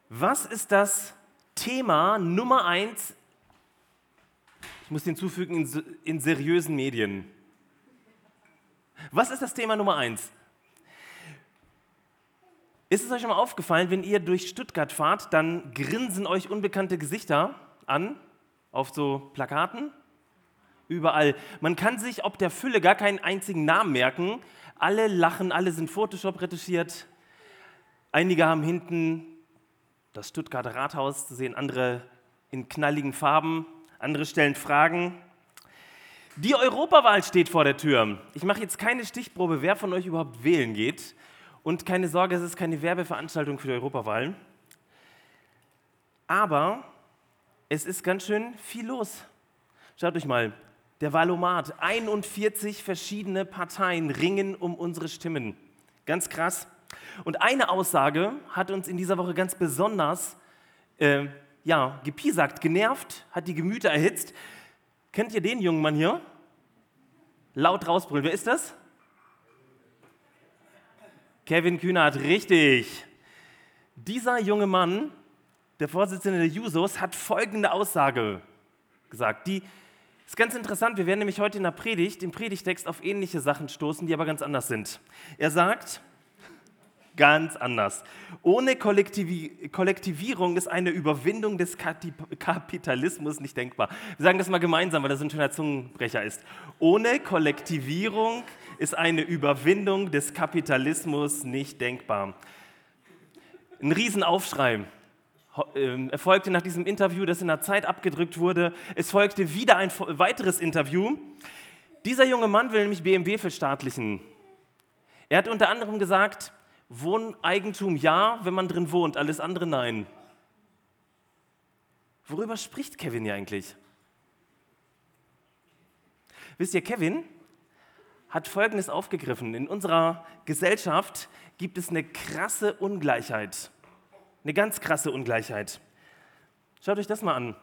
Was ist das Thema Nummer 1, ich muss hinzufügen, in seriösen Medien? Was ist das Thema Nummer 1? Ist es euch schon mal aufgefallen, wenn ihr durch Stuttgart fahrt, dann grinsen euch unbekannte Gesichter an, auf so Plakaten? Überall. Man kann sich ob der Fülle gar keinen einzigen Namen merken. Alle lachen, alle sind Photoshop retuschiert. Einige haben hinten das Stuttgarter Rathaus zu sehen, andere in knalligen Farben, andere stellen Fragen. Die Europawahl steht vor der Tür. Ich mache jetzt keine Stichprobe, wer von euch überhaupt wählen geht. Und keine Sorge, es ist keine Werbeveranstaltung für die Europawahl. Aber es ist ganz schön viel los. Schaut euch mal, der Wahlomat. 41 verschiedene Parteien ringen um unsere Stimmen. Ganz krass. Und eine Aussage hat uns in dieser Woche ganz besonders gepiesackt, genervt, hat die Gemüter erhitzt. Kennt ihr den jungen Mann hier? Laut rausbrüllen. Wer ist das? Kevin Kühnert, richtig. Dieser junge Mann, der Vorsitzende der Jusos, hat folgende Aussage gesagt. Die ist ganz interessant. Wir werden nämlich heute in der Predigt, im Predigtext, auf ähnliche Sachen stoßen, die aber ganz anders sind. Er sagt, ganz anders, ohne Kollektivierung ist eine Überwindung des Kapitalismus nicht denkbar. Wir sagen das mal gemeinsam, weil das ein schöner Zungenbrecher ist. Ohne Kollektivierung ist eine Überwindung des Kapitalismus nicht denkbar. Ein Riesenaufschrei erfolgte nach diesem Interview, das in der Zeit abgedrückt wurde. Es folgte wieder ein weiteres Interview. Dieser junge Mann will nämlich BMW verstaatlichen. Er hat unter anderem gesagt, Wohneigentum ja, wenn man drin wohnt, alles andere nein. Worüber spricht Kevin hier eigentlich? Wisst ihr, Kevin hat Folgendes aufgegriffen. In unserer Gesellschaft gibt es eine krasse Ungleichheit. Eine ganz krasse Ungleichheit. Schaut euch das mal an.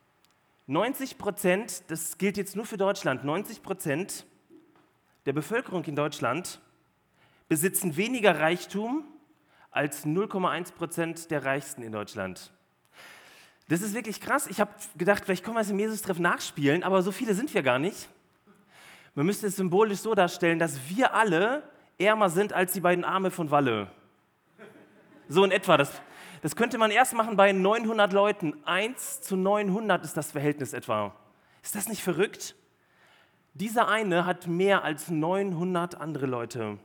90%, das gilt jetzt nur für Deutschland, 90% der Bevölkerung in Deutschland besitzen weniger Reichtum als 0,1% der Reichsten in Deutschland. Das ist wirklich krass. Ich habe gedacht, vielleicht können wir es im Jesus-Treff nachspielen, aber so viele sind wir gar nicht. Man müsste es symbolisch so darstellen, dass wir alle ärmer sind als die beiden Arme von Walle. So in etwa. Das könnte man erst machen bei 900 Leuten. 1:900 ist das Verhältnis etwa. Ist das nicht verrückt? Dieser eine hat mehr als 900 andere Leute.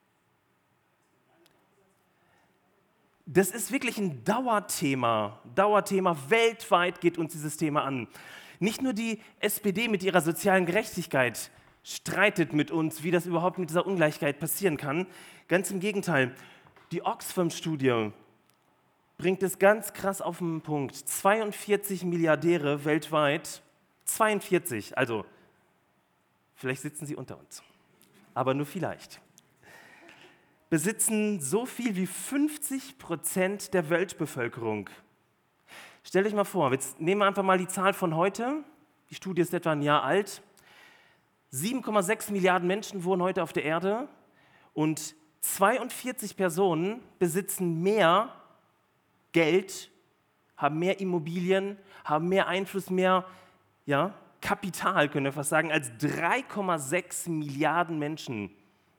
Das ist wirklich ein Dauerthema. Weltweit geht uns dieses Thema an. Nicht nur die SPD mit ihrer sozialen Gerechtigkeit streitet mit uns, wie das überhaupt mit dieser Ungleichheit passieren kann. Ganz im Gegenteil. Die Oxfam-Studie bringt es ganz krass auf den Punkt. 42 Milliardäre weltweit, 42, also vielleicht sitzen sie unter uns, aber nur vielleicht, besitzen so viel wie 50% der Weltbevölkerung. Stellt euch mal vor, jetzt nehmen wir einfach mal die Zahl von heute, die Studie ist etwa ein Jahr alt, 7,6 Milliarden Menschen wohnen heute auf der Erde und 42 Personen besitzen mehr Geld, haben mehr Immobilien, haben mehr Einfluss, mehr Kapital, können wir fast sagen, als 3,6 Milliarden Menschen.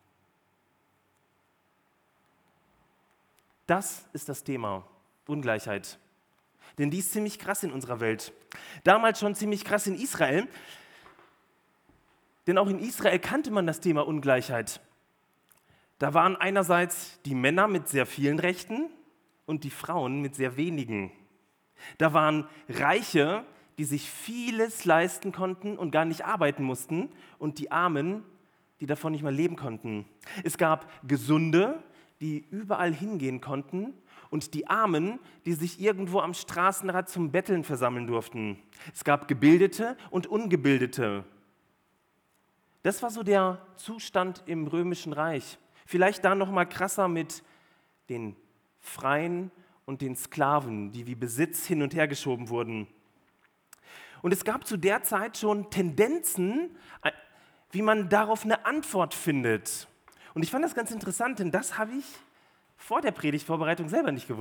Das ist das Thema, Ungleichheit. Denn die ist ziemlich krass in unserer Welt. Damals schon ziemlich krass in Israel. Denn auch in Israel kannte man das Thema Ungleichheit. Da waren einerseits die Männer mit sehr vielen Rechten und die Frauen mit sehr wenigen. Da waren Reiche, die sich vieles leisten konnten und gar nicht arbeiten mussten, und die Armen, die davon nicht mal leben konnten. Es gab Gesunde, die überall hingehen konnten, und die Armen, die sich irgendwo am Straßenrand zum Betteln versammeln durften. Es gab Gebildete und Ungebildete. Das war so der Zustand im Römischen Reich. Vielleicht da noch mal krasser mit den Freien und den Sklaven, die wie Besitz hin und her geschoben wurden. Und es gab zu der Zeit schon Tendenzen, wie man darauf eine Antwort findet. Und ich fand das ganz interessant, denn das habe ich vor der Predigtvorbereitung selber nicht gewusst.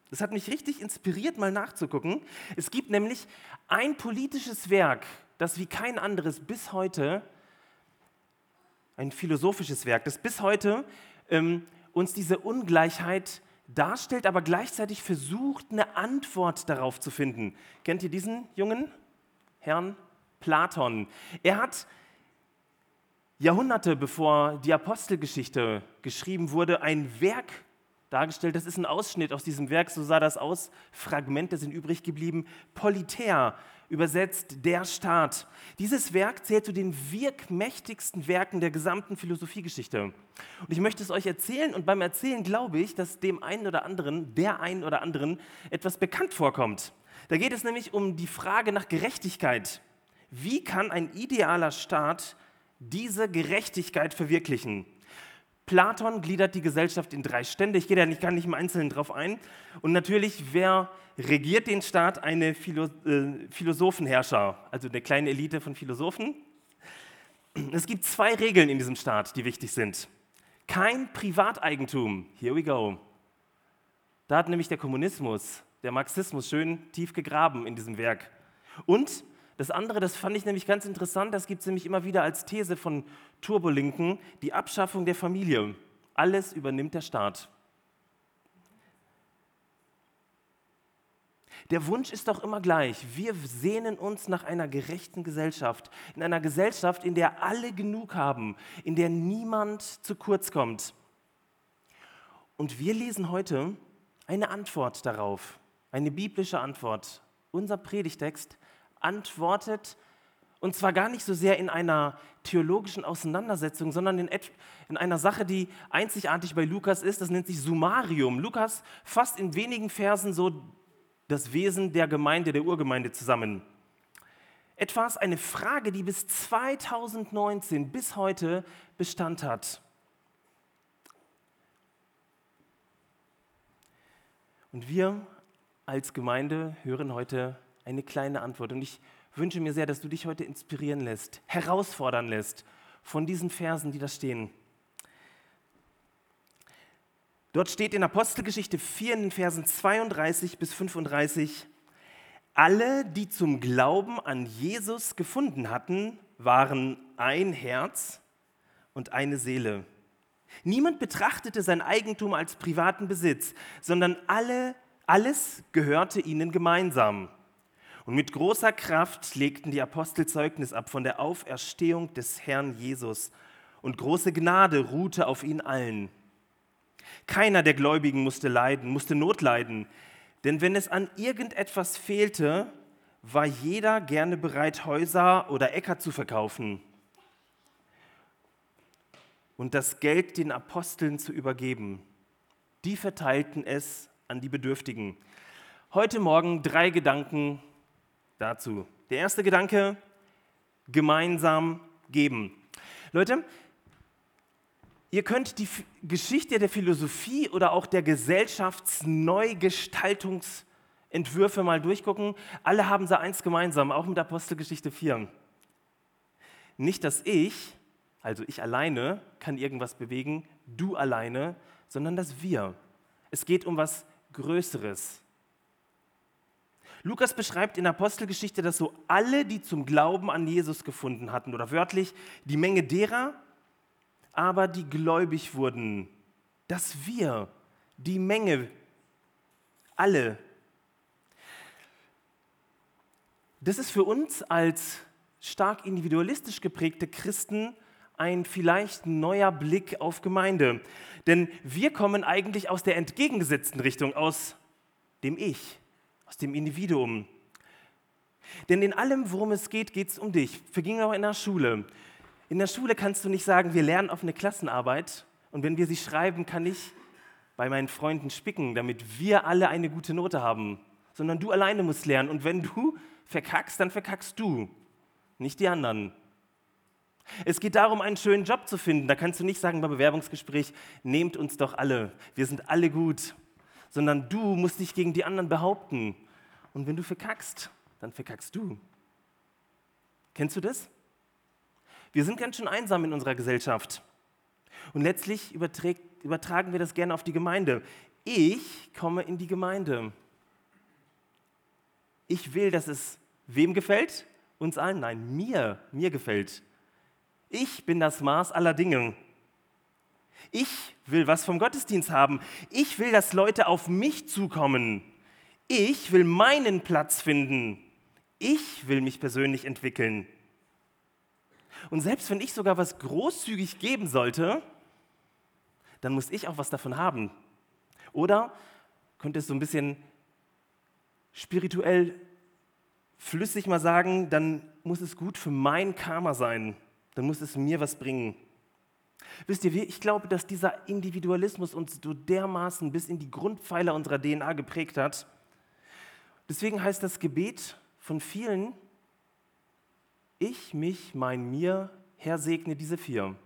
Das hat mich richtig inspiriert, mal nachzugucken. Es gibt nämlich ein politisches Werk, das wie kein anderes bis heute, ein philosophisches Werk, das bis heute uns diese Ungleichheit darstellt, aber gleichzeitig versucht, eine Antwort darauf zu finden. Kennt ihr diesen jungen Herrn? Platon. Er hat Jahrhunderte bevor die Apostelgeschichte geschrieben wurde, ein Werk dargestellt. Das ist ein Ausschnitt aus diesem Werk, so sah das aus. Fragmente sind übrig geblieben. Politeia, übersetzt der Staat. Dieses Werk zählt zu den wirkmächtigsten Werken der gesamten Philosophiegeschichte. Und ich möchte es euch erzählen und beim Erzählen glaube ich, dass der einen oder anderen etwas bekannt vorkommt. Da geht es nämlich um die Frage nach Gerechtigkeit. Wie kann ein idealer Staat diese Gerechtigkeit verwirklichen? Platon gliedert die Gesellschaft in 3 Stände. Ich gehe da gar nicht im Einzelnen drauf ein. Und natürlich, wer regiert den Staat? Eine Philosophenherrscher, also eine kleine Elite von Philosophen. Es gibt 2 Regeln in diesem Staat, die wichtig sind. Kein Privateigentum. Here we go. Da hat nämlich der Kommunismus, der Marxismus schön tief gegraben in diesem Werk. Und das andere, das fand ich nämlich ganz interessant, das gibt es nämlich immer wieder als These von Turbolinken, die Abschaffung der Familie. Alles übernimmt der Staat. Der Wunsch ist doch immer gleich. Wir sehnen uns nach einer gerechten Gesellschaft. In einer Gesellschaft, in der alle genug haben, in der niemand zu kurz kommt. Und wir lesen heute eine Antwort darauf, eine biblische Antwort. Unser Predigtext antwortet, und zwar gar nicht so sehr in einer theologischen Auseinandersetzung, sondern in einer Sache, die einzigartig bei Lukas ist, das nennt sich Summarium. Lukas fasst in wenigen Versen so das Wesen der Gemeinde, der Urgemeinde zusammen. Eine Frage, die bis 2019, bis heute Bestand hat. Und wir als Gemeinde hören heute eine kleine Antwort. Und ich wünsche mir sehr, dass du dich heute inspirieren lässt, herausfordern lässt von diesen Versen, die da stehen. Dort steht in Apostelgeschichte 4 in den Versen 32 bis 35, alle, die zum Glauben an Jesus gefunden hatten, waren ein Herz und eine Seele. Niemand betrachtete sein Eigentum als privaten Besitz, sondern alles gehörte ihnen gemeinsam. Und mit großer Kraft legten die Apostel Zeugnis ab von der Auferstehung des Herrn Jesus. Und große Gnade ruhte auf ihnen allen. Keiner der Gläubigen musste Not leiden. Denn wenn es an irgendetwas fehlte, war jeder gerne bereit, Häuser oder Äcker zu verkaufen und das Geld den Aposteln zu übergeben. Die verteilten es an die Bedürftigen. Heute Morgen 3 Gedanken dazu. Der erste Gedanke, gemeinsam geben. Leute, ihr könnt die Geschichte der Philosophie oder auch der Gesellschaftsneugestaltungsentwürfe mal durchgucken. Alle haben sie eins gemeinsam, auch mit Apostelgeschichte 4. Nicht, dass ich alleine, kann irgendwas bewegen, du alleine, sondern dass wir. Es geht um was Größeres. Lukas beschreibt in der Apostelgeschichte, dass so alle, die zum Glauben an Jesus gefunden hatten, oder wörtlich die Menge derer, aber die gläubig wurden, dass wir, die Menge, alle. Das ist für uns als stark individualistisch geprägte Christen ein vielleicht neuer Blick auf Gemeinde. Denn wir kommen eigentlich aus der entgegengesetzten Richtung, aus dem Ich, aus dem Individuum. Denn in allem, worum es geht, geht es um dich. Verging auch in der Schule. In der Schule kannst du nicht sagen, wir lernen auf eine Klassenarbeit und wenn wir sie schreiben, kann ich bei meinen Freunden spicken, damit wir alle eine gute Note haben. Sondern du alleine musst lernen und wenn du verkackst, dann verkackst du, nicht die anderen. Es geht darum, einen schönen Job zu finden. Da kannst du nicht sagen beim Bewerbungsgespräch, nehmt uns doch alle, wir sind alle gut. Sondern du musst dich gegen die anderen behaupten. Und wenn du verkackst, dann verkackst du. Kennst du das? Wir sind ganz schön einsam in unserer Gesellschaft. Und letztlich übertragen wir das gerne auf die Gemeinde. Ich komme in die Gemeinde. Ich will, dass es wem gefällt? Uns allen? Nein, mir gefällt. Ich bin das Maß aller Dinge. Ich will was vom Gottesdienst haben. Ich will, dass Leute auf mich zukommen. Ich will meinen Platz finden. Ich will mich persönlich entwickeln. Und selbst wenn ich sogar was großzügig geben sollte, dann muss ich auch was davon haben. Oder könnte es so ein bisschen spirituell flüssig mal sagen, dann muss es gut für mein Karma sein. Dann muss es mir was bringen. Wisst ihr, ich glaube, dass dieser Individualismus uns so dermaßen bis in die Grundpfeiler unserer DNA geprägt hat. Deswegen heißt das Gebet von vielen: Ich, mich, mein, mir, Herr, segne diese 4.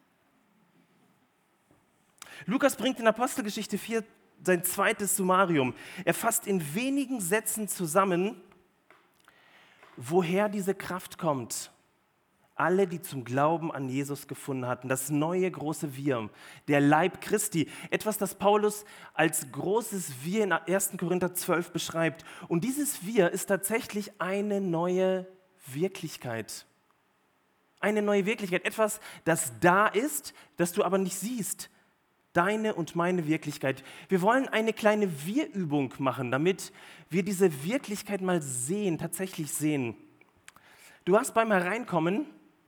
Lukas bringt in Apostelgeschichte 4 sein zweites Summarium. Er fasst in wenigen Sätzen zusammen, woher diese Kraft kommt. Alle, die zum Glauben an Jesus gefunden hatten, das neue große Wir, der Leib Christi, etwas, das Paulus als großes Wir in 1. Korinther 12 beschreibt. Und dieses Wir ist tatsächlich eine neue Wirklichkeit. Eine neue Wirklichkeit, etwas, das da ist, das du aber nicht siehst. Deine und meine Wirklichkeit. Wir wollen eine kleine Wir-Übung machen, damit wir diese Wirklichkeit mal sehen, tatsächlich sehen. Du hast beim Hereinkommen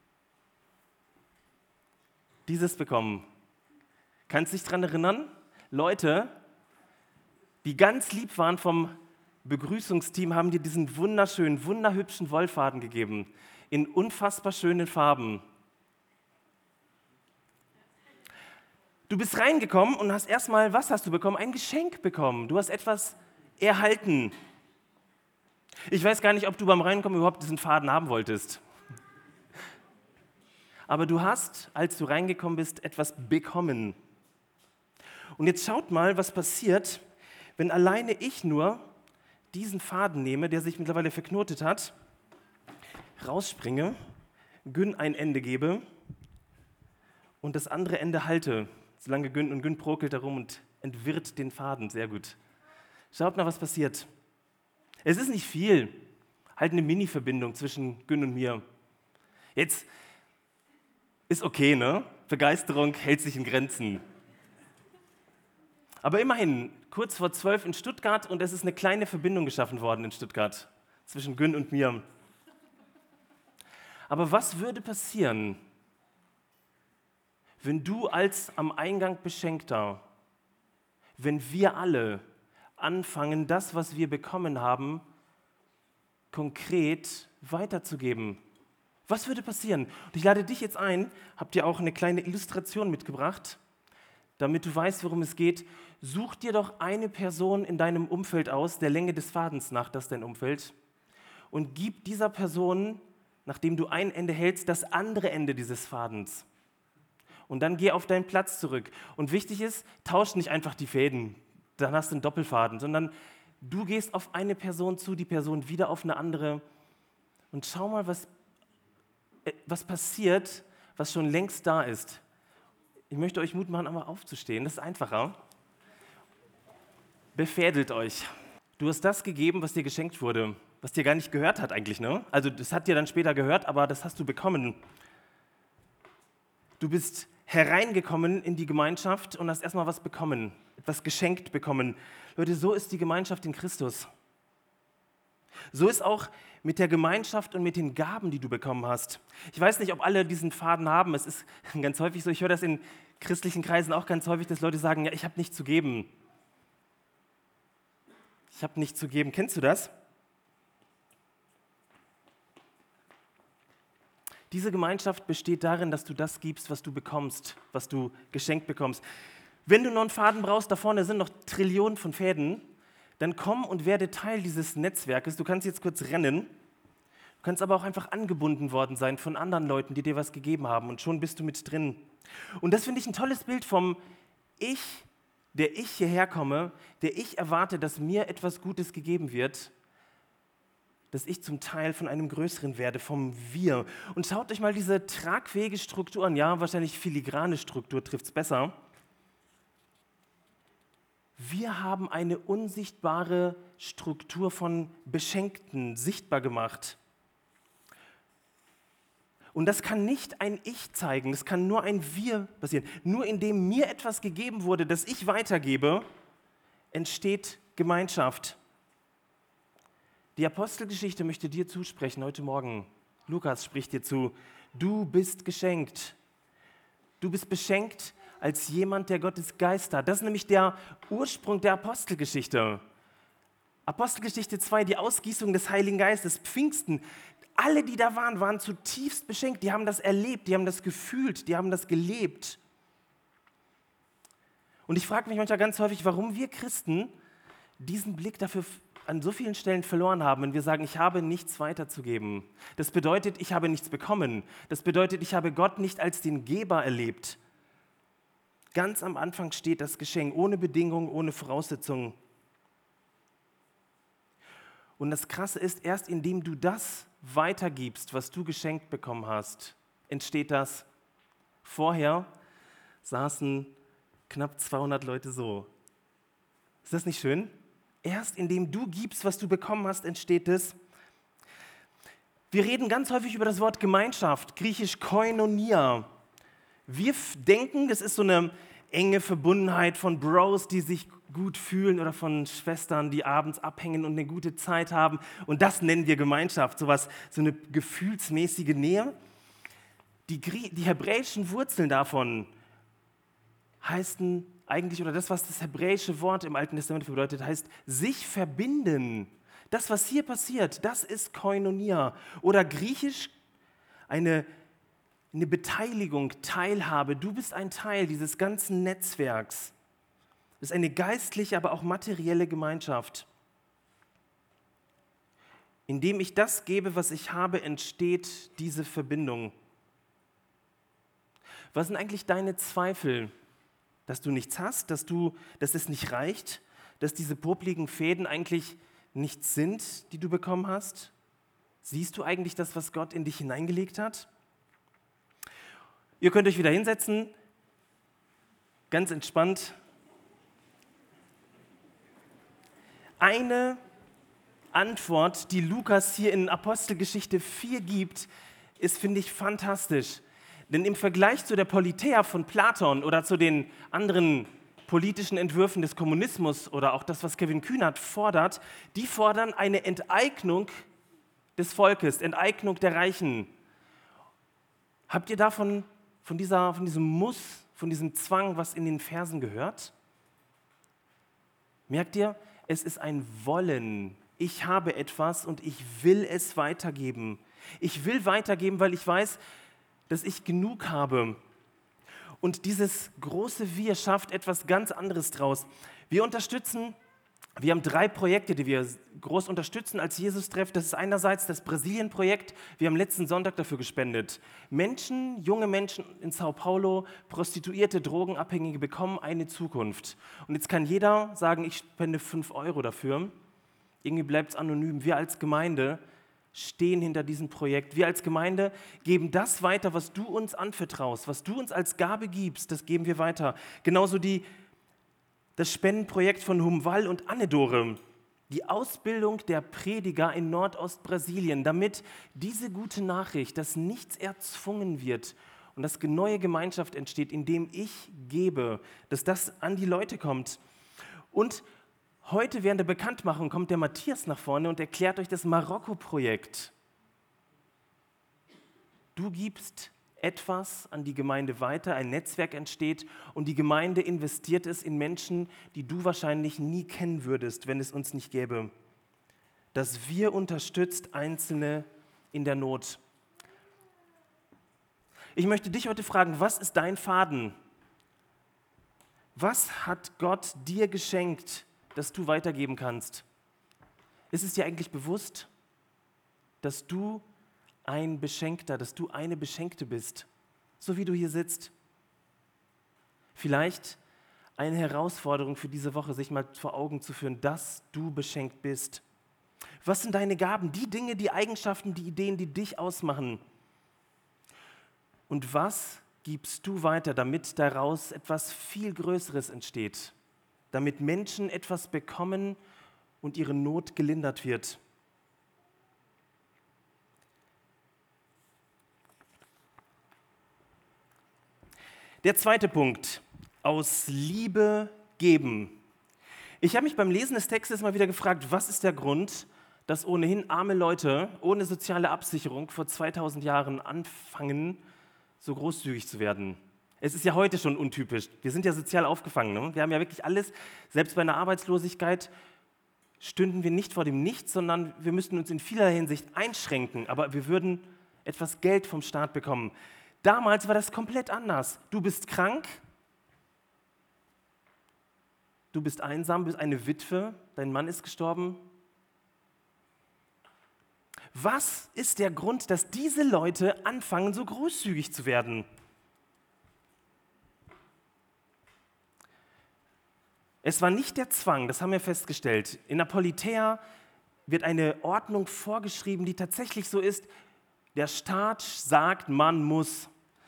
dieses bekommen. Kannst du dich daran erinnern? Leute, die ganz lieb waren vom Begrüßungsteam, haben dir diesen wunderschönen, wunderhübschen Wollfaden gegeben, in unfassbar schönen Farben. Du bist reingekommen und hast erstmal, was hast du bekommen? Ein Geschenk bekommen. Du hast etwas erhalten. Ich weiß gar nicht, ob du beim Reinkommen überhaupt diesen Faden haben wolltest. Aber du hast, als du reingekommen bist, etwas bekommen. Und jetzt schaut mal, was passiert, wenn alleine ich nur diesen Faden nehme, der sich mittlerweile verknotet hat, rausspringe, Gün ein Ende gebe und das andere Ende halte. Solange Gün brokelt herum und entwirrt den Faden. Sehr gut. Schaut mal, was passiert. Es ist nicht viel. Halt eine Mini-Verbindung zwischen Gün und mir. Jetzt ist okay, ne? Begeisterung hält sich in Grenzen. Aber immerhin, kurz vor 12 in Stuttgart und es ist eine kleine Verbindung geschaffen worden in Stuttgart zwischen Gün und mir. Aber was würde passieren, wenn du als am Eingang Beschenkter, wenn wir alle anfangen, das, was wir bekommen haben, konkret weiterzugeben? Was würde passieren? Und ich lade dich jetzt ein, habe dir auch eine kleine Illustration mitgebracht, damit du weißt, worum es geht. Such dir doch eine Person in deinem Umfeld aus, der Länge des Fadens nach, das ist dein Umfeld, und gib dieser Person, nachdem du ein Ende hältst, das andere Ende dieses Fadens. Und dann geh auf deinen Platz zurück. Und wichtig ist, tausch nicht einfach die Fäden, dann hast du einen Doppelfaden, sondern du gehst auf eine Person zu, die Person wieder auf eine andere und schau mal, was passiert, was schon längst da ist. Ich möchte euch Mut machen, einmal aufzustehen, das ist einfacher. Befädelt euch. Du hast das gegeben, was dir geschenkt wurde, was dir gar nicht gehört hat eigentlich, ne? Also das hat dir dann später gehört, aber das hast du bekommen. Du bist hereingekommen in die Gemeinschaft und hast erstmal was bekommen, etwas geschenkt bekommen. Leute, so ist die Gemeinschaft in Christus. So ist auch mit der Gemeinschaft und mit den Gaben, die du bekommen hast. Ich weiß nicht, ob alle diesen Faden haben. Es ist ganz häufig so, ich höre das in christlichen Kreisen auch ganz häufig, dass Leute sagen, ja, ich habe nichts zu geben. Ich habe nichts zu geben. Kennst du das? Diese Gemeinschaft besteht darin, dass du das gibst, was du bekommst, was du geschenkt bekommst. Wenn du noch einen Faden brauchst, da vorne sind noch Trillionen von Fäden, dann komm und werde Teil dieses Netzwerkes. Du kannst jetzt kurz rennen, du kannst aber auch einfach angebunden worden sein von anderen Leuten, die dir was gegeben haben und schon bist du mit drin. Und das finde ich ein tolles Bild vom Ich, der ich hierher komme, der ich erwarte, dass mir etwas Gutes gegeben wird, dass ich zum Teil von einem Größeren werde, vom Wir. Und schaut euch mal diese tragfähige Struktur an, ja, wahrscheinlich filigrane Struktur trifft es besser. Wir haben eine unsichtbare Struktur von Beschenkten sichtbar gemacht. Und das kann nicht ein Ich zeigen, das kann nur ein Wir passieren. Nur indem mir etwas gegeben wurde, das ich weitergebe, entsteht Gemeinschaft. Die Apostelgeschichte möchte dir zusprechen heute Morgen. Lukas spricht dir zu, du bist geschenkt. Du bist beschenkt als jemand, der Gottes Geist hat. Das ist nämlich der Ursprung der Apostelgeschichte. Apostelgeschichte 2, die Ausgießung des Heiligen Geistes, Pfingsten. Alle, die da waren, waren zutiefst beschenkt. Die haben das erlebt, die haben das gefühlt, die haben das gelebt. Und ich frage mich manchmal ganz häufig, warum wir Christen diesen Blick dafür an so vielen Stellen verloren haben, wenn wir sagen, ich habe nichts weiterzugeben. Das bedeutet, ich habe nichts bekommen. Das bedeutet, ich habe Gott nicht als den Geber erlebt. Ganz am Anfang steht das Geschenk, ohne Bedingungen, ohne Voraussetzungen. Und das Krasse ist, erst indem du das weitergibst, was du geschenkt bekommen hast, entsteht das. Vorher saßen knapp 200 Leute so. Ist das nicht schön? Erst indem du gibst, was du bekommen hast, entsteht es. Wir reden ganz häufig über das Wort Gemeinschaft, griechisch Koinonia. Wir denken, das ist so eine enge Verbundenheit von Bros, die sich gut fühlen oder von Schwestern, die abends abhängen und eine gute Zeit haben. Und das nennen wir Gemeinschaft, so eine gefühlsmäßige Nähe. Die hebräischen Wurzeln davon heißen eigentlich, oder das, was das hebräische Wort im Alten Testament bedeutet, heißt sich verbinden. Das, was hier passiert, das ist Koinonia. Oder griechisch eine Beteiligung, Teilhabe. Du bist ein Teil dieses ganzen Netzwerks. Das ist eine geistliche, aber auch materielle Gemeinschaft. Indem ich das gebe, was ich habe, entsteht diese Verbindung. Was sind eigentlich deine Zweifel? Dass du nichts hast, dass es nicht reicht, dass diese popligen Fäden eigentlich nichts sind, die du bekommen hast? Siehst du eigentlich das, was Gott in dich hineingelegt hat? Ihr könnt euch wieder hinsetzen, ganz entspannt. Eine Antwort, die Lukas hier in Apostelgeschichte 4 gibt, ist, finde ich, fantastisch. Denn im Vergleich zu der Politeia von Platon oder zu den anderen politischen Entwürfen des Kommunismus oder auch das, was Kevin Kühnert fordert, die fordern eine Enteignung des Volkes, Enteignung der Reichen. Habt ihr davon, von diesem Muss, von diesem Zwang, was in den Versen gehört? Merkt ihr, es ist ein Wollen. Ich habe etwas und ich will es weitergeben. Ich will weitergeben, weil ich weiß, dass ich genug habe. Und dieses große Wir schafft etwas ganz anderes draus. Wir haben 3 Projekte, die wir groß unterstützen als Jesus-Treff. Das ist einerseits das Brasilien-Projekt. Wir haben letzten Sonntag dafür gespendet. Junge Menschen in Sao Paulo, Prostituierte, Drogenabhängige bekommen eine Zukunft. Und jetzt kann jeder sagen, ich spende 5 Euro dafür. Irgendwie bleibt es anonym. Wir als Gemeinde stehen hinter diesem Projekt. Wir als Gemeinde geben das weiter, was du uns anvertraust, was du uns als Gabe gibst, das geben wir weiter. Genauso das Spendenprojekt von Humval und Anedore, die Ausbildung der Prediger in Nordostbrasilien, damit diese gute Nachricht, dass nichts erzwungen wird und dass neue Gemeinschaft entsteht, indem ich gebe, dass das an die Leute kommt. Und heute während der Bekanntmachung kommt der Matthias nach vorne und erklärt euch das Marokko-Projekt. Du gibst etwas an die Gemeinde weiter, ein Netzwerk entsteht und die Gemeinde investiert es in Menschen, die du wahrscheinlich nie kennen würdest, wenn es uns nicht gäbe. Das Wir unterstützt Einzelne in der Not. Ich möchte dich heute fragen, was ist dein Faden? Was hat Gott dir geschenkt, das du weitergeben kannst? Ist es dir eigentlich bewusst, dass du ein Beschenkter, dass du eine Beschenkte bist, so wie du hier sitzt? Vielleicht eine Herausforderung für diese Woche, sich mal vor Augen zu führen, dass du beschenkt bist. Was sind deine Gaben, die Dinge, die Eigenschaften, die Ideen, die dich ausmachen? Und was gibst du weiter, damit daraus etwas viel Größeres entsteht? damit Menschen etwas bekommen und ihre Not gelindert wird. Der zweite Punkt, aus Liebe geben. Ich habe mich beim Lesen des Textes mal wieder gefragt, was ist der Grund, dass ohnehin arme Leute ohne soziale Absicherung vor 2000 Jahren anfangen, so großzügig zu werden. Es ist ja heute schon untypisch. Wir sind ja sozial aufgefangen. Ne? Wir haben ja wirklich alles, selbst bei einer Arbeitslosigkeit stünden wir nicht vor dem Nichts, sondern wir müssten uns in vielerlei Hinsicht einschränken, aber wir würden etwas Geld vom Staat bekommen. Damals war das komplett anders. Du bist krank, du bist einsam, bist eine Witwe, dein Mann ist gestorben. Was ist der Grund, dass diese Leute anfangen, so großzügig zu werden? Es war nicht der Zwang, das haben wir festgestellt. In der Politeia wird eine Ordnung vorgeschrieben, die tatsächlich so ist, der Staat sagt, man muss.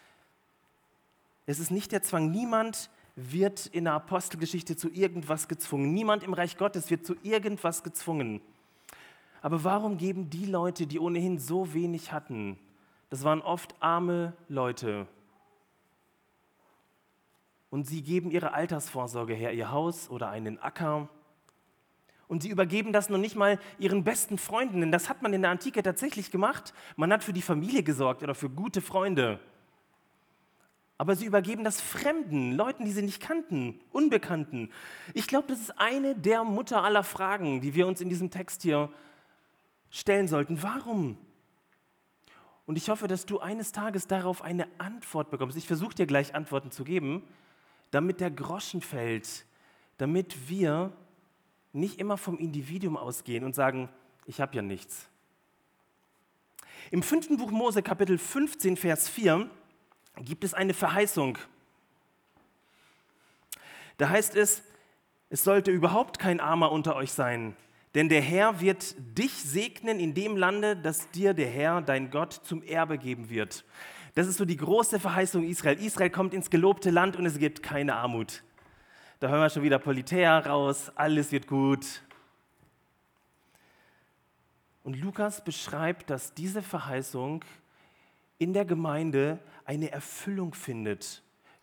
Es ist nicht der Zwang. Niemand wird in der Apostelgeschichte zu irgendwas gezwungen. Niemand im Reich Gottes wird zu irgendwas gezwungen. Aber warum geben die Leute, die ohnehin so wenig hatten, das waren oft arme Leute, und sie geben ihre Altersvorsorge her, ihr Haus oder einen Acker, und sie übergeben das noch nicht mal ihren besten Freunden, denn das hat man in der Antike tatsächlich gemacht. Man hat für die Familie gesorgt oder für gute Freunde. Aber sie übergeben das Fremden, Leuten, die sie nicht kannten, Unbekannten. Ich glaube, das ist eine der Mutter aller Fragen, die wir uns in diesem Text hier stellen sollten. Warum? Und ich hoffe, dass du eines Tages darauf eine Antwort bekommst. Ich versuche dir gleich Antworten zu geben, damit der Groschen fällt, damit wir nicht immer vom Individuum ausgehen und sagen, ich habe ja nichts. Im 5. Buch Mose, Kapitel 15, Vers 4, gibt es eine Verheißung. Da heißt es, es sollte überhaupt kein Armer unter euch sein, denn der Herr wird dich segnen in dem Lande, das dir der Herr, dein Gott, zum Erbe geben wird. Das ist so die große Verheißung Israel. Israel kommt ins gelobte Land und es gibt keine Armut. Da hören wir schon wieder Politeia raus, alles wird gut. Und Lukas beschreibt, dass diese Verheißung in der Gemeinde eine Erfüllung findet.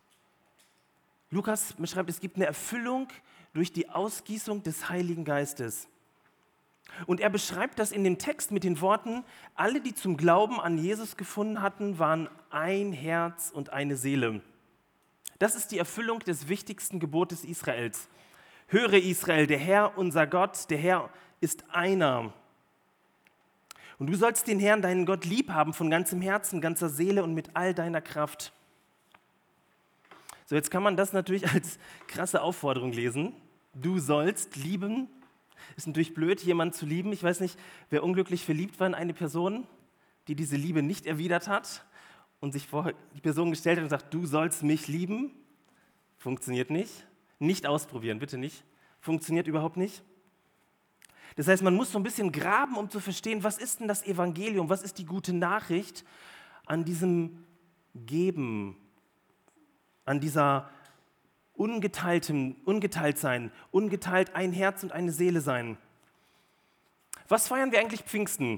Lukas beschreibt, es gibt eine Erfüllung durch die Ausgießung des Heiligen Geistes. Und er beschreibt das in dem Text mit den Worten, alle, die zum Glauben an Jesus gefunden hatten, waren ein Herz und eine Seele. Das ist die Erfüllung des wichtigsten Gebotes Israels. Höre Israel, der Herr, unser Gott, der Herr ist einer. Und du sollst den Herrn, deinen Gott, lieb haben von ganzem Herzen, ganzer Seele und mit all deiner Kraft. So, jetzt kann man das natürlich als krasse Aufforderung lesen. Du sollst lieben. Ist natürlich blöd, jemanden zu lieben. Ich weiß nicht, wer unglücklich verliebt war in eine Person, die diese Liebe nicht erwidert hat und sich vor die Person gestellt hat und sagt, du sollst mich lieben. Funktioniert nicht. Nicht ausprobieren, bitte nicht. Funktioniert überhaupt nicht. Das heißt, man muss so ein bisschen graben, um zu verstehen, was ist denn das Evangelium, was ist die gute Nachricht an diesem Geben, an dieser ungeteilt sein, ungeteilt ein Herz und eine Seele sein. Was feiern wir eigentlich Pfingsten?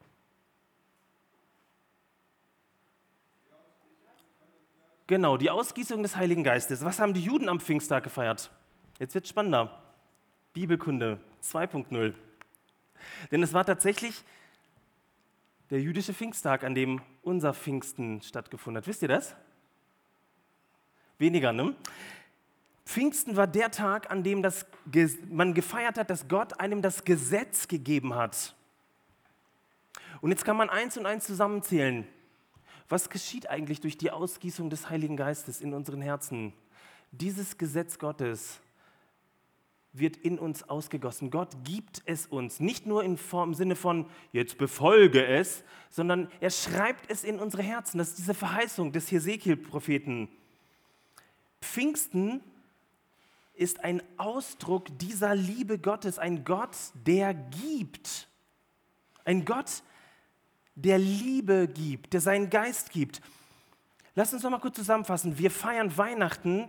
Genau, die Ausgießung des Heiligen Geistes. Was haben die Juden am Pfingsttag gefeiert? Jetzt wird es spannender. Bibelkunde 2.0. Denn es war tatsächlich der jüdische Pfingsttag, an dem unser Pfingsten stattgefunden hat. Wisst ihr das? Weniger, ne? Pfingsten war der Tag, an dem man gefeiert hat, dass Gott einem das Gesetz gegeben hat. Und jetzt kann man eins und eins zusammenzählen. Was geschieht eigentlich durch die Ausgießung des Heiligen Geistes in unseren Herzen? Dieses Gesetz Gottes wird in uns ausgegossen. Gott gibt es uns, nicht nur im Sinne von, jetzt befolge es, sondern er schreibt es in unsere Herzen. Das ist diese Verheißung des Hesekiel-Propheten. Pfingsten ist ein Ausdruck dieser Liebe Gottes, ein Gott, der gibt. Ein Gott, der Liebe gibt, der seinen Geist gibt. Lass uns noch mal kurz zusammenfassen. Wir feiern Weihnachten,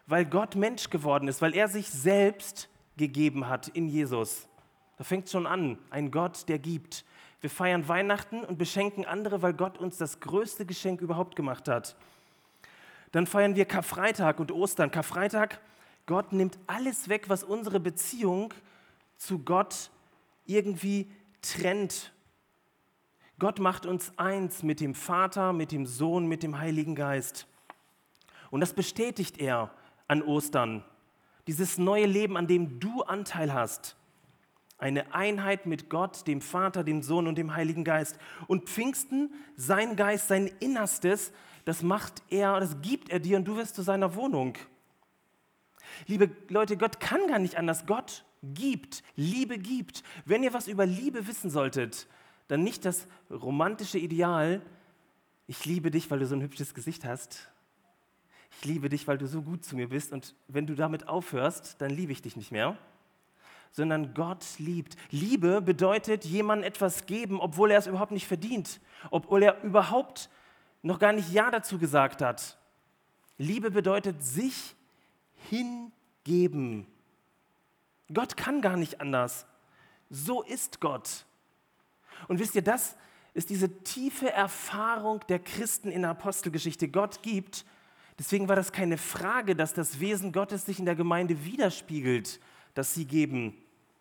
weil Gott Mensch geworden ist, weil er sich selbst gegeben hat in Jesus. Da fängt es schon an, ein Gott, der gibt. Wir feiern Weihnachten und beschenken andere, weil Gott uns das größte Geschenk überhaupt gemacht hat. Dann feiern wir Karfreitag und Ostern. Karfreitag, Gott nimmt alles weg, was unsere Beziehung zu Gott irgendwie trennt. Gott macht uns eins mit dem Vater, mit dem Sohn, mit dem Heiligen Geist. Und das bestätigt er an Ostern. Dieses neue Leben, an dem du Anteil hast. Eine Einheit mit Gott, dem Vater, dem Sohn und dem Heiligen Geist. Und Pfingsten, sein Geist, sein Innerstes, das gibt er dir und du wirst zu seiner Wohnung. Liebe Leute, Gott kann gar nicht anders. Gott gibt, Liebe gibt. Wenn ihr was über Liebe wissen solltet, dann nicht das romantische Ideal, ich liebe dich, weil du so ein hübsches Gesicht hast. Ich liebe dich, weil du so gut zu mir bist und wenn du damit aufhörst, dann liebe ich dich nicht mehr. Sondern Gott liebt. Liebe bedeutet, jemandem etwas geben, obwohl er es überhaupt nicht verdient, obwohl er überhaupt noch gar nicht Ja dazu gesagt hat. Liebe bedeutet sich hingeben. Gott kann gar nicht anders. So ist Gott. Und wisst ihr, das ist diese tiefe Erfahrung der Christen in der Apostelgeschichte. Gott gibt. Deswegen war das keine Frage, dass das Wesen Gottes sich in der Gemeinde widerspiegelt, dass sie geben.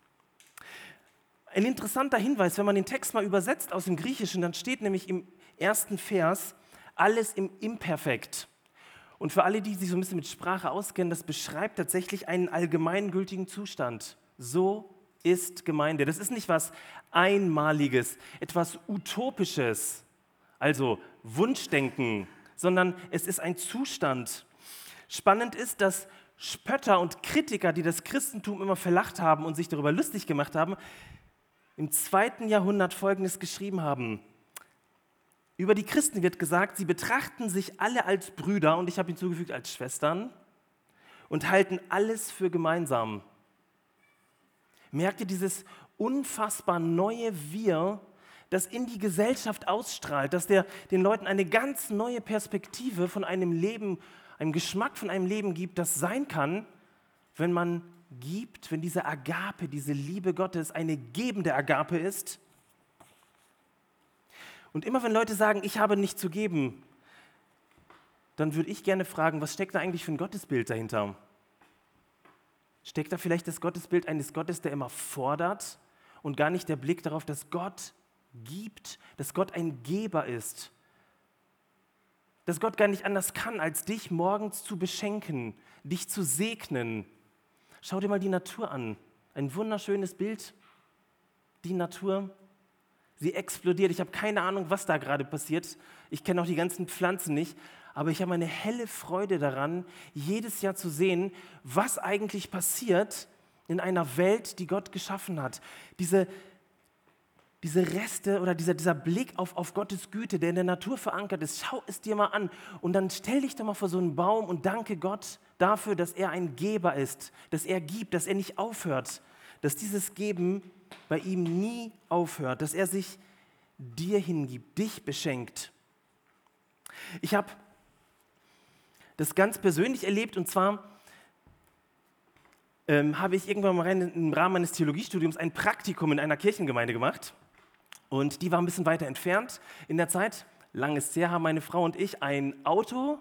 Ein interessanter Hinweis, wenn man den Text mal übersetzt aus dem Griechischen, dann steht nämlich im ersten Vers alles im Imperfekt. Und für alle, die sich so ein bisschen mit Sprache auskennen, das beschreibt tatsächlich einen allgemeingültigen Zustand. So ist Gemeinde. Das ist nicht was Einmaliges, etwas Utopisches, also Wunschdenken, sondern es ist ein Zustand. Spannend ist, dass Spötter und Kritiker, die das Christentum immer verlacht haben und sich darüber lustig gemacht haben, im 2. Jahrhundert Folgendes geschrieben haben. Über die Christen wird gesagt, sie betrachten sich alle als Brüder, und ich habe hinzugefügt als Schwestern, und halten alles für gemeinsam. Merkt ihr dieses unfassbar neue Wir, das in die Gesellschaft ausstrahlt, dass den Leuten eine ganz neue Perspektive von einem Leben, einem Geschmack von einem Leben gibt, das sein kann, wenn man gibt, wenn diese Agape, diese Liebe Gottes eine gebende Agape ist. Und immer wenn Leute sagen, ich habe nicht zu geben, dann würde ich gerne fragen, was steckt da eigentlich für ein Gottesbild dahinter? Steckt da vielleicht das Gottesbild eines Gottes, der immer fordert und gar nicht der Blick darauf, dass Gott gibt, dass Gott ein Geber ist? Dass Gott gar nicht anders kann, als dich morgens zu beschenken, dich zu segnen. Schau dir mal die Natur an. Ein wunderschönes Bild. Die Natur, sie explodiert. Ich habe keine Ahnung, was da gerade passiert. Ich kenne auch die ganzen Pflanzen nicht. Aber ich habe eine helle Freude daran, jedes Jahr zu sehen, was eigentlich passiert in einer Welt, die Gott geschaffen hat. Diese Reste oder dieser Blick auf Gottes Güte, der in der Natur verankert ist, schau es dir mal an. Und dann stell dich doch mal vor so einen Baum und danke Gott dafür, dass er ein Geber ist, dass er gibt, dass er nicht aufhört, dass dieses Geben bei ihm nie aufhört, dass er sich dir hingibt, dich beschenkt. Ich habe das ganz persönlich erlebt, und zwar habe ich irgendwann mal im Rahmen meines Theologiestudiums ein Praktikum in einer Kirchengemeinde gemacht. Und die war ein bisschen weiter entfernt in der Zeit. Lang ist es her, haben meine Frau und ich ein Auto.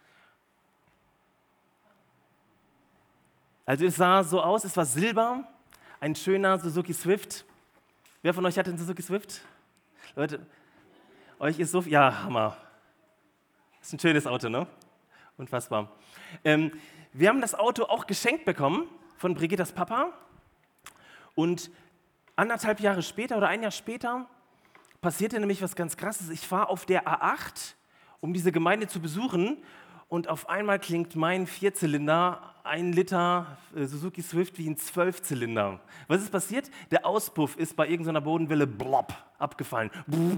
Also es sah so aus, es war silber, ein schöner Suzuki Swift. Wer von euch hat einen Suzuki Swift? Leute, euch ist so viel, ja, Hammer. Ist ein schönes Auto, ne? Unfassbar. Wir haben das Auto auch geschenkt bekommen von Brigittas Papa. Und 1,5 Jahre später oder 1 Jahr später passierte nämlich was ganz Krasses. Ich fahre auf der A8, um diese Gemeinde zu besuchen, und auf einmal klingt mein 4-Zylinder, 1 Liter Suzuki Swift, wie ein 12-Zylinder. Was ist passiert? Der Auspuff ist bei irgendeiner Bodenwelle blopp abgefallen.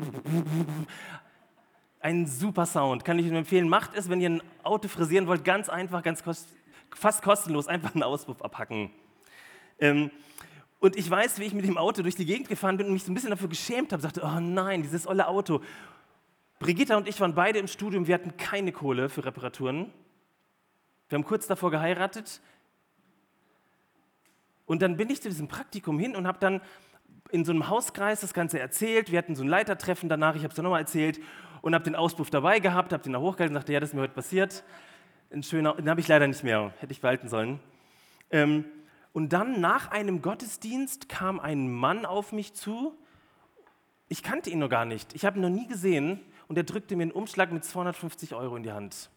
Ein super Sound, kann ich Ihnen empfehlen. Macht es, wenn ihr ein Auto frisieren wollt, ganz einfach, fast kostenlos, einfach einen Auspuff abhacken. Und ich weiß, wie ich mit dem Auto durch die Gegend gefahren bin und mich so ein bisschen dafür geschämt habe, sagte, oh nein, dieses olle Auto. Brigitta und ich waren beide im Studium, wir hatten keine Kohle für Reparaturen. Wir haben kurz davor geheiratet und dann bin ich zu diesem Praktikum hin und habe dann in so einem Hauskreis das Ganze erzählt. Wir hatten so ein Leitertreffen danach, ich habe es dann nochmal erzählt und habe den Auspuff dabei gehabt, habe den da hochgehalten und sagte, ja, das ist mir heute passiert. Ein schöner, den habe ich leider nicht mehr, hätte ich behalten sollen. Und dann nach einem Gottesdienst kam ein Mann auf mich zu. Ich kannte ihn noch gar nicht, ich habe ihn noch nie gesehen und er drückte mir einen Umschlag mit 250 € in die Hand.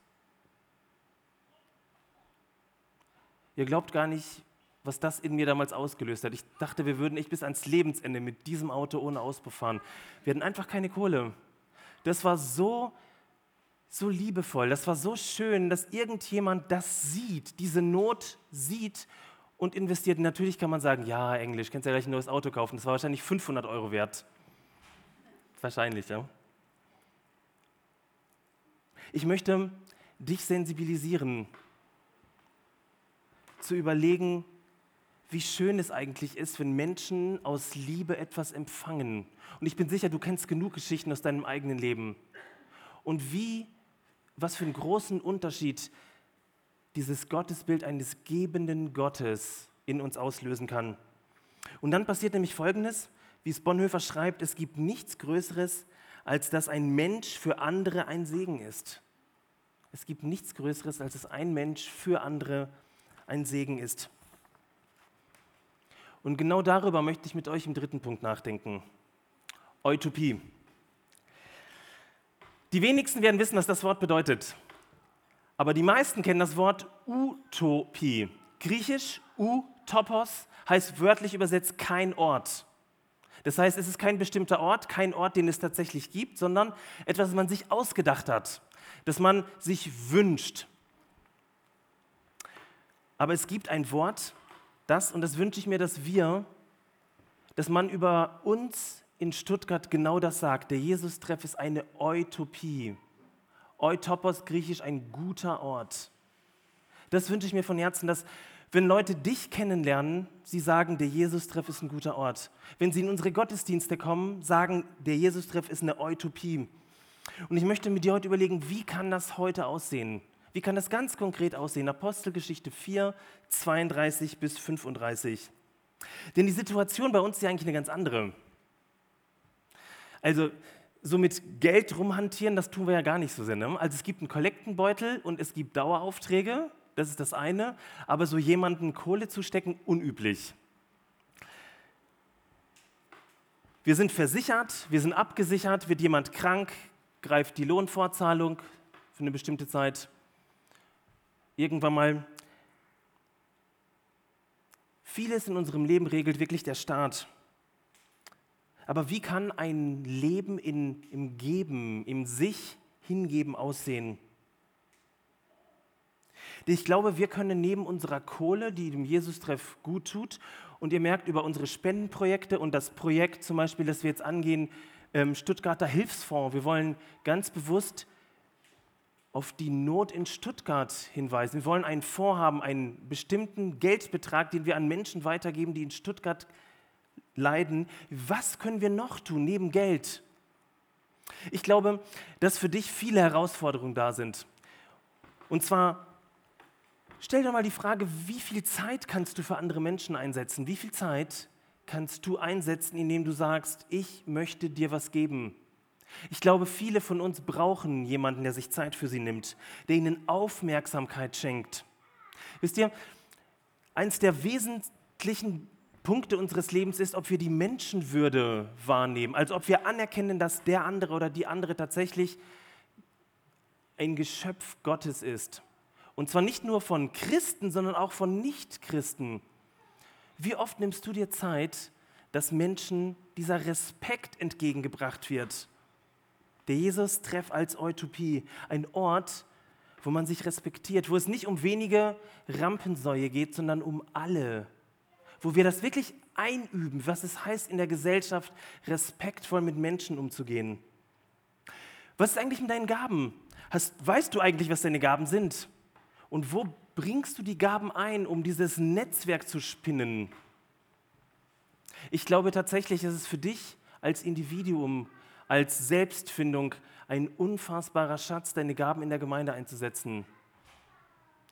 Ihr glaubt gar nicht, was das in mir damals ausgelöst hat. Ich dachte, wir würden echt bis ans Lebensende mit diesem Auto ohne Auspuff fahren. Wir hatten einfach keine Kohle. Das war so liebevoll, das war so schön, dass irgendjemand das sieht, diese Not sieht und investiert. Und natürlich kann man sagen, ja, Englisch, kannst ja gleich ein neues Auto kaufen. Das war wahrscheinlich 500 € wert. Wahrscheinlich, ja. Ich möchte dich sensibilisieren, zu überlegen, wie schön es eigentlich ist, wenn Menschen aus Liebe etwas empfangen. Und ich bin sicher, du kennst genug Geschichten aus deinem eigenen Leben. Und was für einen großen Unterschied dieses Gottesbild eines gebenden Gottes in uns auslösen kann. Und dann passiert nämlich Folgendes, wie es Bonhoeffer schreibt, es gibt nichts Größeres, als dass ein Mensch für andere ein Segen ist. Es gibt nichts Größeres, als dass ein Mensch für andere ein Segen ist. Und genau darüber möchte ich mit euch im dritten Punkt nachdenken. Utopie. Die wenigsten werden wissen, was das Wort bedeutet. Aber die meisten kennen das Wort Utopie. Griechisch Utopos heißt wörtlich übersetzt kein Ort. Das heißt, es ist kein bestimmter Ort, kein Ort, den es tatsächlich gibt, sondern etwas, was man sich ausgedacht hat, das man sich wünscht. Aber es gibt ein Wort, und das wünsche ich mir, dass man über uns in Stuttgart genau das sagt. Der Jesus-Treff ist eine Utopie. Eutopos, griechisch, ein guter Ort. Das wünsche ich mir von Herzen, dass, wenn Leute dich kennenlernen, sie sagen, der Jesus-Treff ist ein guter Ort. Wenn sie in unsere Gottesdienste kommen, sagen, der Jesus-Treff ist eine Utopie. Und ich möchte mit dir heute überlegen, wie kann das heute aussehen? Wie kann das ganz konkret aussehen? Apostelgeschichte 4, 32 bis 35. Denn die Situation bei uns ist ja eigentlich eine ganz andere. Also so mit Geld rumhantieren, das tun wir ja gar nicht so sehr. Ne? Also es gibt einen Kollektenbeutel und es gibt Daueraufträge, das ist das eine, aber so jemanden Kohle zu stecken, unüblich. Wir sind versichert, wir sind abgesichert, wird jemand krank, greift die Lohnfortzahlung für eine bestimmte Zeit. Irgendwann mal. Vieles in unserem Leben regelt wirklich der Staat. Aber wie kann ein Leben im Geben, im sich hingeben aussehen? Ich glaube, wir können neben unserer Kohle, die dem Jesus-Treff gut tut, und ihr merkt über unsere Spendenprojekte und das Projekt zum Beispiel, das wir jetzt angehen, Stuttgarter Hilfsfonds, wir wollen ganz bewusst auf die Not in Stuttgart hinweisen. Wir wollen einen Fonds haben, einen bestimmten Geldbetrag, den wir an Menschen weitergeben, die in Stuttgart leiden. Was können wir noch tun neben Geld? Ich glaube, dass für dich viele Herausforderungen da sind. Und zwar, stell dir mal die Frage, wie viel Zeit kannst du für andere Menschen einsetzen? Wie viel Zeit kannst du einsetzen, indem du sagst, ich möchte dir was geben? Ich glaube, viele von uns brauchen jemanden, der sich Zeit für sie nimmt, der ihnen Aufmerksamkeit schenkt. Wisst ihr, eins der wesentlichen Punkte unseres Lebens ist, ob wir die Menschenwürde wahrnehmen, also ob wir anerkennen, dass der andere oder die andere tatsächlich ein Geschöpf Gottes ist. Und zwar nicht nur von Christen, sondern auch von Nichtchristen. Wie oft nimmst du dir Zeit, dass Menschen dieser Respekt entgegengebracht wird? Der Jesus-Treff als Utopie, ein Ort, wo man sich respektiert, wo es nicht um wenige Rampensäue geht, sondern um alle. Wo wir das wirklich einüben, was es heißt, in der Gesellschaft respektvoll mit Menschen umzugehen. Was ist eigentlich mit deinen Gaben? Weißt du eigentlich, was deine Gaben sind? Und wo bringst du die Gaben ein, um dieses Netzwerk zu spinnen? Ich glaube tatsächlich, dass es für dich als Individuum, als Selbstfindung ein unfassbarer Schatz, deine Gaben in der Gemeinde einzusetzen.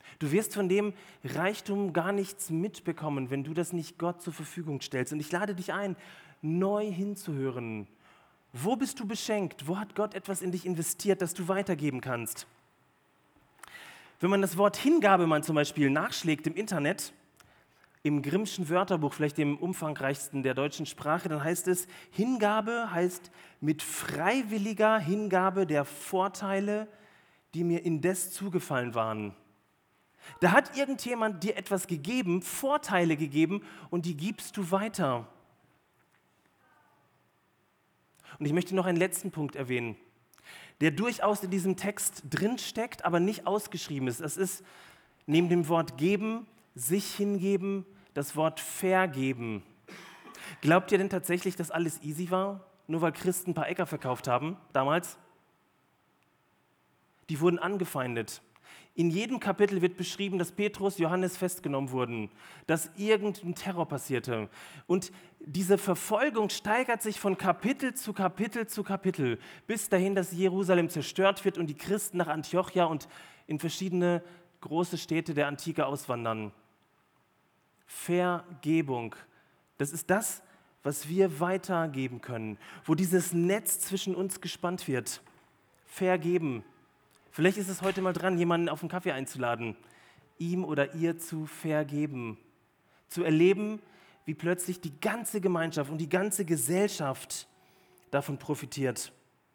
Du wirst von dem Reichtum gar nichts mitbekommen, wenn du das nicht Gott zur Verfügung stellst. Und ich lade dich ein, neu hinzuhören. Wo bist du beschenkt? Wo hat Gott etwas in dich investiert, das du weitergeben kannst? Wenn man das Wort Hingabe mal zum Beispiel nachschlägt im Internet, im Grimmschen Wörterbuch, vielleicht dem umfangreichsten der deutschen Sprache, dann heißt es, Hingabe heißt mit freiwilliger Hingabe der Vorteile, die mir indes zugefallen waren. Da hat irgendjemand dir etwas gegeben, Vorteile gegeben und die gibst du weiter. Und ich möchte noch einen letzten Punkt erwähnen, der durchaus in diesem Text drinsteckt, aber nicht ausgeschrieben ist. Es ist neben dem Wort geben, sich hingeben, das Wort vergeben. Glaubt ihr denn tatsächlich, dass alles easy war, nur weil Christen ein paar Äcker verkauft haben damals? Die wurden angefeindet. In jedem Kapitel wird beschrieben, dass Petrus, Johannes festgenommen wurden, dass irgendein Terror passierte. Und diese Verfolgung steigert sich von Kapitel zu Kapitel zu Kapitel, bis dahin, dass Jerusalem zerstört wird und die Christen nach Antiochia und in verschiedene große Städte der Antike auswandern. Vergebung, das ist das, was wir weitergeben können, wo dieses Netz zwischen uns gespannt wird. Vergeben. Vielleicht ist es heute mal dran, jemanden auf einen Kaffee einzuladen, ihm oder ihr zu vergeben, zu erleben, wie plötzlich die ganze Gemeinschaft und die ganze Gesellschaft davon profitiert.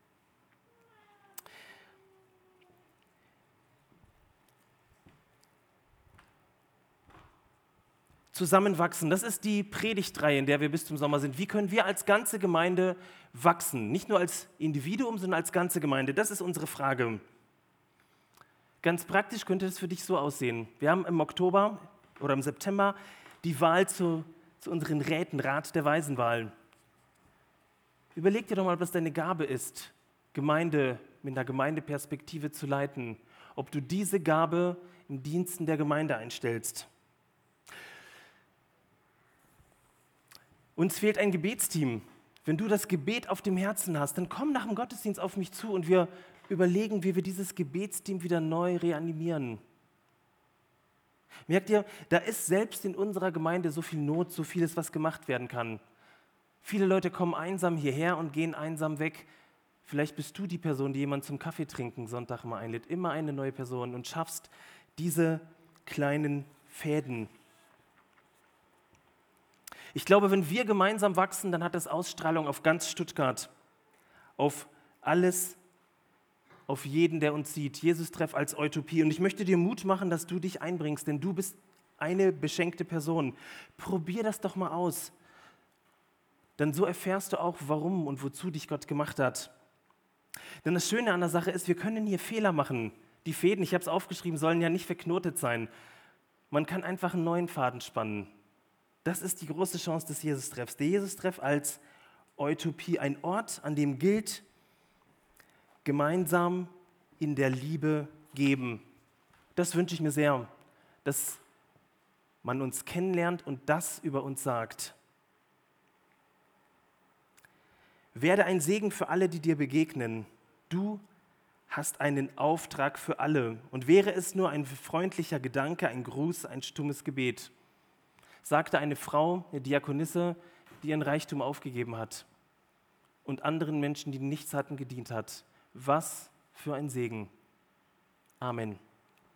Zusammenwachsen, das ist die Predigtreihe, in der wir bis zum Sommer sind. Wie können wir als ganze Gemeinde wachsen? Nicht nur als Individuum, sondern als ganze Gemeinde. Das ist unsere Frage. Ganz praktisch könnte es für dich so aussehen. Wir haben im Oktober oder im September die Wahl zu unseren Räten, Rat der Waisenwahl. Überleg dir doch mal, was deine Gabe ist, Gemeinde mit einer Gemeindeperspektive zu leiten. Ob du diese Gabe im Diensten der Gemeinde einstellst. Uns fehlt ein Gebetsteam. Wenn du das Gebet auf dem Herzen hast, dann komm nach dem Gottesdienst auf mich zu und wir überlegen, wie wir dieses Gebetsteam wieder neu reanimieren. Merkt ihr, da ist selbst in unserer Gemeinde so viel Not, so vieles, was gemacht werden kann. Viele Leute kommen einsam hierher und gehen einsam weg. Vielleicht bist du die Person, die jemanden zum Kaffee trinken Sonntag mal einlädt. Immer eine neue Person und schaffst diese kleinen Fäden. Ich glaube, wenn wir gemeinsam wachsen, dann hat das Ausstrahlung auf ganz Stuttgart, auf alles, auf jeden, der uns sieht. Jesus-Treff als Utopie. Und ich möchte dir Mut machen, dass du dich einbringst, denn du bist eine beschenkte Person. Probier das doch mal aus. Denn so erfährst du auch, warum und wozu dich Gott gemacht hat. Denn das Schöne an der Sache ist, wir können hier Fehler machen. Die Fäden, ich habe es aufgeschrieben, sollen ja nicht verknotet sein. Man kann einfach einen neuen Faden spannen. Das ist die große Chance des Jesus-Treffs. Der Jesus-Treff als Utopie, ein Ort, an dem gilt, gemeinsam in der Liebe geben. Das wünsche ich mir sehr, dass man uns kennenlernt und das über uns sagt. Werde ein Segen für alle, die dir begegnen. Du hast einen Auftrag für alle. Und wäre es nur ein freundlicher Gedanke, ein Gruß, ein stummes Gebet, sagte eine Frau, eine Diakonisse, die ihren Reichtum aufgegeben hat und anderen Menschen, die nichts hatten, gedient hat. Was für ein Segen. Amen.